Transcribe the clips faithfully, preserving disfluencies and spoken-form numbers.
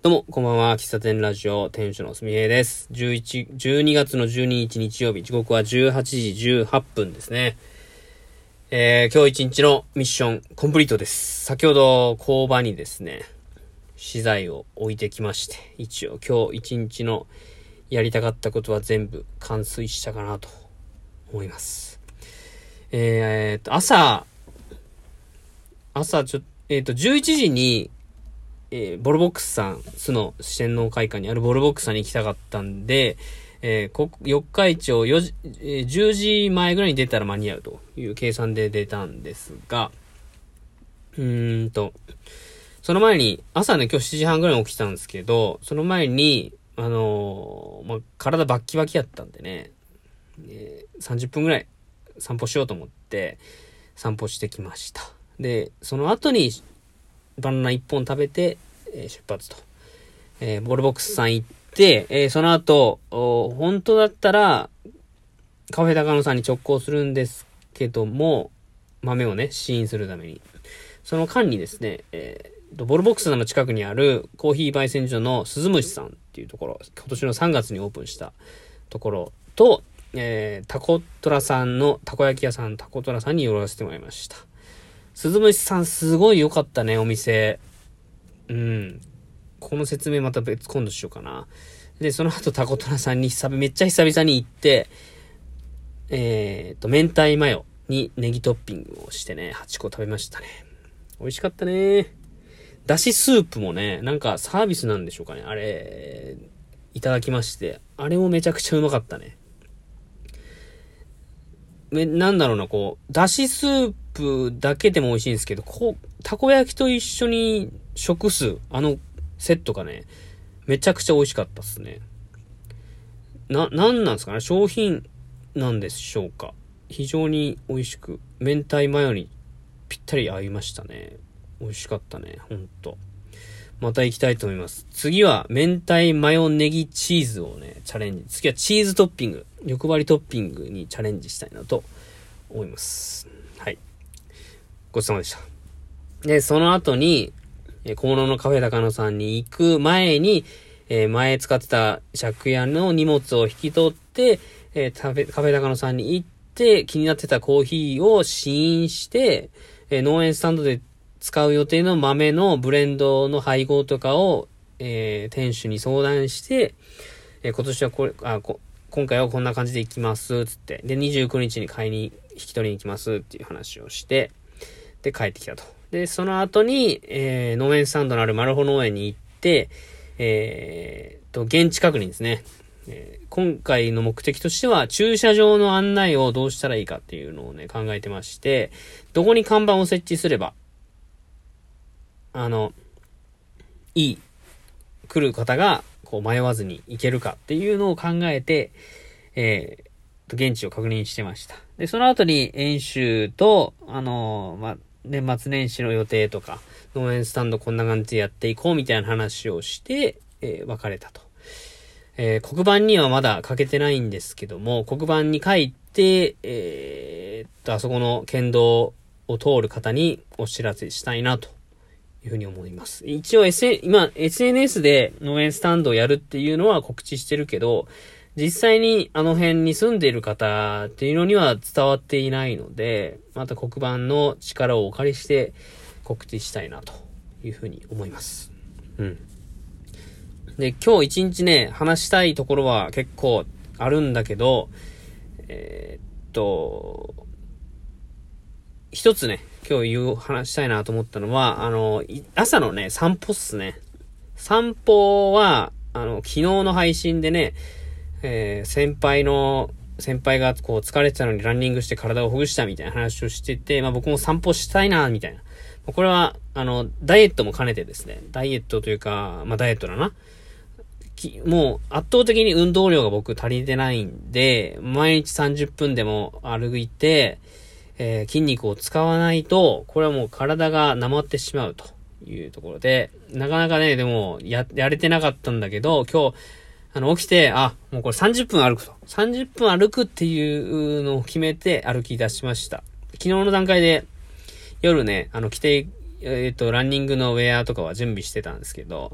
どうも、こんばんは。喫茶店ラジオ、店主のすみへいです。じゅういち、じゅうにがつのじゅうににち日曜日、時刻はじゅうはちじじゅうはっぷんですね。えー、今日一日のミッションコンプリートです。先ほど工場にですね、資材を置いてきまして、一応今日一日のやりたかったことは全部完遂したかなと思います。えー、っと、朝、朝ちょっと、えー、っと、じゅういちじに、えー、ボルボックスさん、巣の四天王会館にあるボルボックスさんに行きたかったんで、えー、こ四日市をよじ、えー、じゅうじまえぐらいに出たら間に合うという計算で出たんですが、うーんと、その前に、朝ね、今日しちじはんぐらいに起きたんですけど、その前に、あのー、まあ、体バッキバキやったんでね、えー、さんじゅっぷんぐらい散歩しようと思って、散歩してきました。で、その後に、バナナいっぽん食べて、えー、出発と。えー、ボルボックスさん行って、えー、その後、本当だったら、カフェ高野さんに直行するんですけども、豆をね、試飲するために。その間にですね、えー、ボルボックスさんの近くにあるコーヒー焙煎所の鈴虫さんっていうところ、今年のさんがつにオープンしたところと、えー、タコトラさんのたこ焼き屋さん、タコトラさんに寄らせてもらいました。鈴虫さんすごい良かったね、お店。うん。この説明また別今度しようかな。で、その後タコトラさんに久々、めっちゃ久々に行って、えーと、明太マヨにネギトッピングをしてね、はちこ食べましたね。美味しかったね。だしスープもね、なんかサービスなんでしょうかね。あれ、いただきまして、あれもめちゃくちゃうまかったね。め、なんだろうな、こう、だしスープだけでも美味しいんですけど、こう、たこ焼きと一緒に食す、あのセットがね、めちゃくちゃ美味しかったっすね。な、なんなんですかね、商品なんでしょうか。非常に美味しく、明太マヨにぴったり合いましたね。美味しかったね、ほんと。また行きたいと思います。次は、明太マヨネギチーズをね、チャレンジ。次はチーズトッピング、欲張りトッピングにチャレンジしたいなと思います。はい。ごちそうさまでした。で、その後に、え小物のカフェ高野さんに行く前に、えー、前使ってた借家の荷物を引き取って、えー、カフェ、カフェ高野さんに行って、気になってたコーヒーを試飲して、えー、農園スタンドで使う予定の豆のブレンドの配合とかを、えー、店主に相談して、えー、今年はこれ、あ、こ、今回はこんな感じで行きます、つって。で、にじゅうくにちに買いに、引き取りに行きます、っていう話をして、で、帰ってきたと。で、その後に、えー、農園スタンドのあるマルホ農園に行って、えー、と、現地確認ですね。えー、今回の目的としては、駐車場の案内をどうしたらいいかっていうのをね、考えてまして、どこに看板を設置すれば、あの、いい、来る方が、こう迷わずに行けるかっていうのを考えて、えー、現地を確認してました。で、その後に演習と、あのー、まあ、年末年始の予定とか、農園スタンドこんな感じでやっていこうみたいな話をして、えー、別れたと。えー、黒板にはまだ書けてないんですけども、黒板に書いて、えー、っと、あそこの県道を通る方にお知らせしたいなというふうに思います。一応 S、今 エスエヌエス で農園スタンドをやるっていうのは告知してるけど、実際にあの辺に住んでいる方っていうのには伝わっていないので、また黒板の力をお借りして告知したいなというふうに思います。うん。で、今日一日ね、話したいところは結構あるんだけど、えー、っと、一つね、今日言う、話したいなと思ったのは、あの、朝のね、散歩っすね。散歩は、あの、昨日の配信でね、えー、先輩の、先輩がこう疲れてたのにランニングして体をほぐしたみたいな話をしてて、まあ僕も散歩したいな、みたいな。これは、あの、ダイエットも兼ねてですね、ダイエットというか、まあダイエットだな。もう圧倒的に運動量が僕足りてないんで、毎日さんじゅっぷんでも歩いて、えー、筋肉を使わないと、これはもう体がなまってしまうというところで、なかなかね、でも、や、やれてなかったんだけど、今日、あの、起きて、あ、もうこれさんじゅっぷん歩くと。さんじゅっぷん歩くっていうのを決めて歩き出しました。昨日の段階で、夜ね、あの、着て、えっと、ランニングのウェアとかは準備してたんですけど、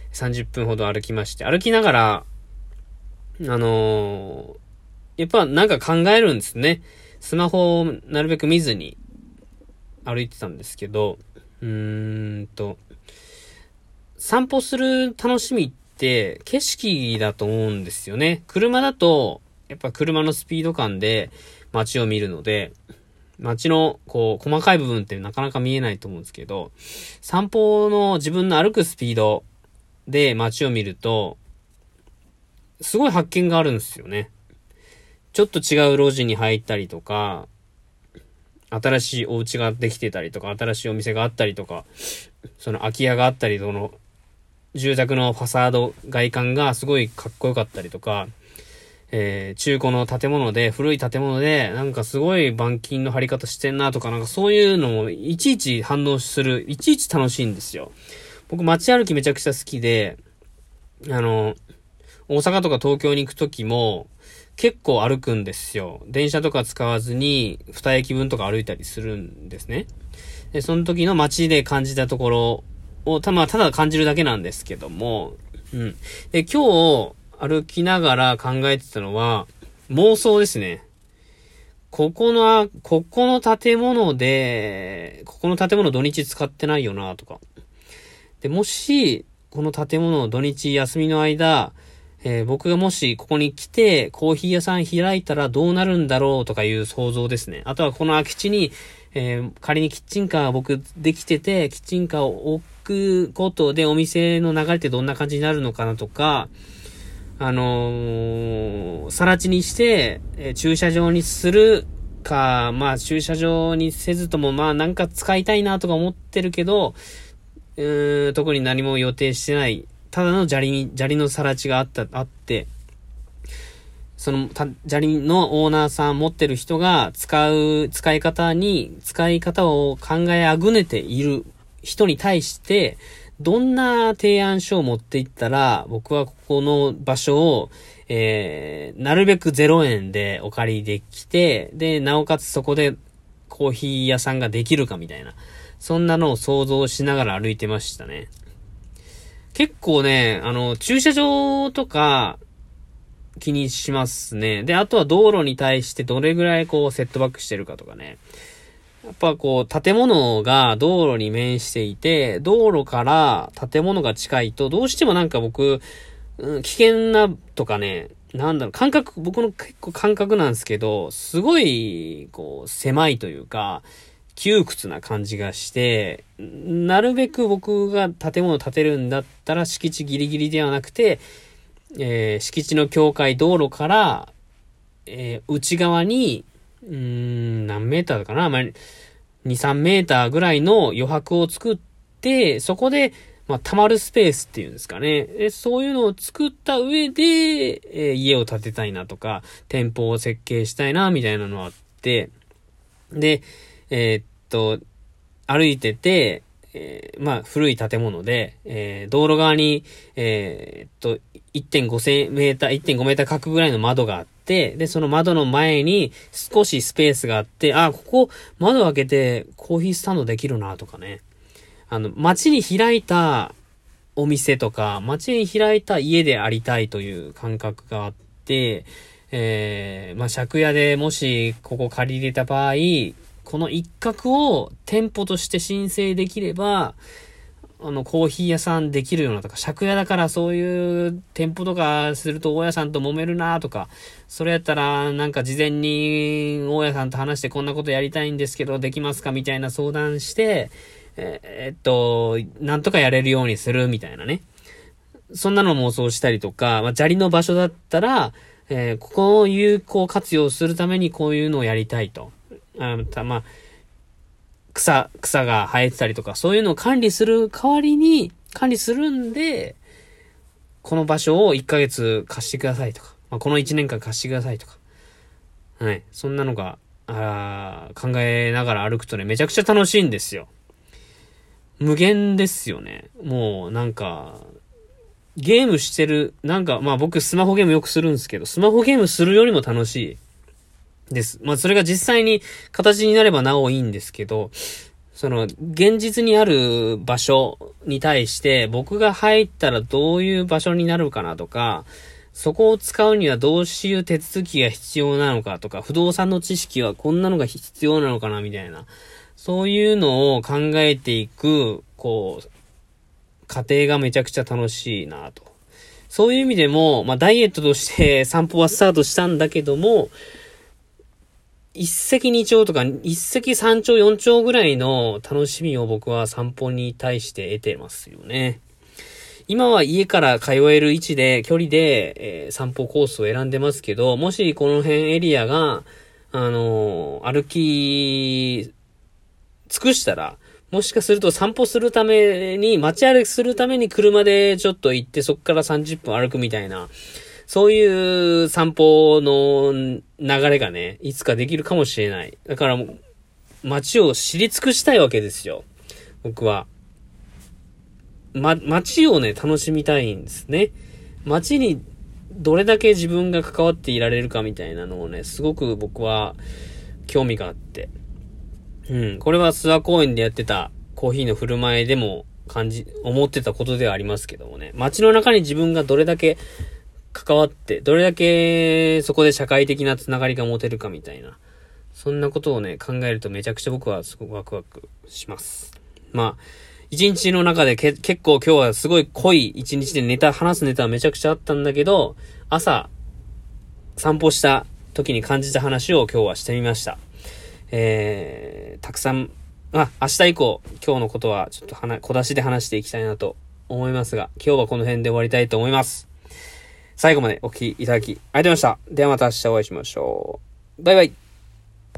さんじゅっぷんほど歩きまして、歩きながら、あのー、やっぱなんか考えるんですね。スマホをなるべく見ずに歩いてたんですけど、うーんと、散歩する楽しみって景色だと思うんですよね。車だと、やっぱ車のスピード感で街を見るので、街のこう細かい部分ってなかなか見えないと思うんですけど、散歩の自分の歩くスピードで街を見ると、すごい発見があるんですよね。ちょっと違う路地に入ったりとか、新しいお家ができてたりとか、新しいお店があったりとか、その空き家があったりとかの、住宅のファサード外観がすごいかっこよかったりとか、えー、中古の建物で、古い建物で、なんかすごい板金の張り方してんなとか、なんかそういうのをいちいち反応する、いちいち楽しいんですよ。僕街歩きめちゃくちゃ好きで、あの、大阪とか東京に行くときも、結構歩くんですよ。電車とか使わずに、に駅分とか歩いたりするんですね。で、その時の街で感じたところを、たまただ感じるだけなんですけども、うん。で、今日、歩きながら考えてたのは、妄想ですね。ここの、ここの建物で、ここの建物土日使ってないよなとか。で、もし、この建物を土日休みの間、えー、僕がもしここに来てコーヒー屋さん開いたらどうなるんだろうとかいう想像ですね。あとはこの空き地に、えー、仮にキッチンカーが僕できてて、キッチンカーを置くことでお店の流れってどんな感じになるのかなとか、あのー、更地にして、えー、駐車場にするか、まあ駐車場にせずともまあなんか使いたいなとか思ってるけど、うーん、特に何も予定してない。ただの砂利、砂利の更地があった、あって、その、た、砂利のオーナーさん持ってる人が使う、使い方に、使い方を考えあぐねている人に対して、どんな提案書を持っていったら、僕はここの場所を、えー、なるべくゼロえんでお借りできて、で、なおかつそこでコーヒー屋さんができるかみたいな、そんなのを想像しながら歩いてましたね。結構ね、あの、駐車場とか気にしますね。で、あとは道路に対してどれぐらいこうセットバックしてるかとかね。やっぱこう建物が道路に面していて、道路から建物が近いとどうしてもなんか僕、うん、危険なとかね、なんだろう、感覚、僕の結構感覚なんですけど、すごいこう狭いというか、窮屈な感じがして、なるべく僕が建物を建てるんだったら敷地ギリギリではなくて、えー、敷地の境界道路から、えー、内側に、うーん、何メーターかな、まあ、に、さんメーターぐらいの余白を作って、そこで、まあ、溜まるスペースっていうんですかね。でそういうのを作った上で、えー、家を建てたいなとか、店舗を設計したいな、みたいなのがあって、で、えー、っと、歩いてて、えー、まあ、古い建物で、えー、道路側に、えー、っと、いってんごメーター、いってんごメーター角ぐらいの窓があって、で、その窓の前に少しスペースがあって、あ、ここ窓開けてコーヒースタンドできるなとかね。あの、街に開いたお店とか、街に開いた家でありたいという感覚があって、えー、まあ、借家でもしここ借りれた場合、この一角を店舗として申請できれば、あの、コーヒー屋さんできるようなとか、借家だからそういう店舗とかすると大家さんと揉めるなとか、それやったらなんか事前に大家さんと話してこんなことやりたいんですけどできますかみたいな相談して、えー、えっと、なんとかやれるようにするみたいなね。そんなの妄想したりとか、まあ、砂利の場所だったら、えー、ここを有効活用するためにこういうのをやりたいと。あたまあ、草、草が生えてたりとか、そういうのを管理する代わりに、管理するんで、この場所をいっかげつ貸してくださいとか、まあ、このいちねんかん貸してくださいとか。はい。そんなのが、あ考えながら歩くとね、めちゃくちゃ楽しいんですよ。無限ですよね。もう、なんか、ゲームしてる、なんか、まあ僕スマホゲームよくするんですけど、スマホゲームするよりも楽しいです。まあそれが実際に形になればなおいいんですけど、 その、現実にある場所に対して、僕が入ったらどういう場所になるかなとか、そこを使うにはどういう手続きが必要なのかとか、不動産の知識はこんなのが必要なのかなみたいな、そういうのを考えていく、こう、過程がめちゃくちゃ楽しいなと。そういう意味でも、まあ、ダイエットとして散歩はスタートしたんだけども、一石二鳥とか、一石三鳥四鳥ぐらいの楽しみを僕は散歩に対して得てますよね。今は家から通える位置で、距離で、えー、散歩コースを選んでますけど、もしこの辺エリアが、あのー、歩き尽くしたら、もしかすると散歩するために、街歩きするために車でちょっと行って、そこからさんじゅっぷん歩くみたいな、そういう散歩の流れがね、いつかできるかもしれない。だから街を知り尽くしたいわけですよ。僕は。ま、街をね、楽しみたいんですね。街にどれだけ自分が関わっていられるかみたいなのをね、すごく僕は興味があって。うん。これは諏訪公園でやってたコーヒーの振る舞いでも感じ、思ってたことではありますけどもね。街の中に自分がどれだけ関わって、どれだけそこで社会的なつながりが持てるかみたいな。そんなことをね、考えるとめちゃくちゃ僕はすごくワクワクします。まあ、一日の中でけ結構今日はすごい濃い一日でネタ、話すネタはめちゃくちゃあったんだけど、朝散歩した時に感じた話を今日はしてみました。えー、たくさん、あ、明日以降、今日のことはちょっと話、小出しで話していきたいなと思いますが、今日はこの辺で終わりたいと思います。最後までお聞きいただきありがとうございました。ではまた明日お会いしましょう。バイバイ。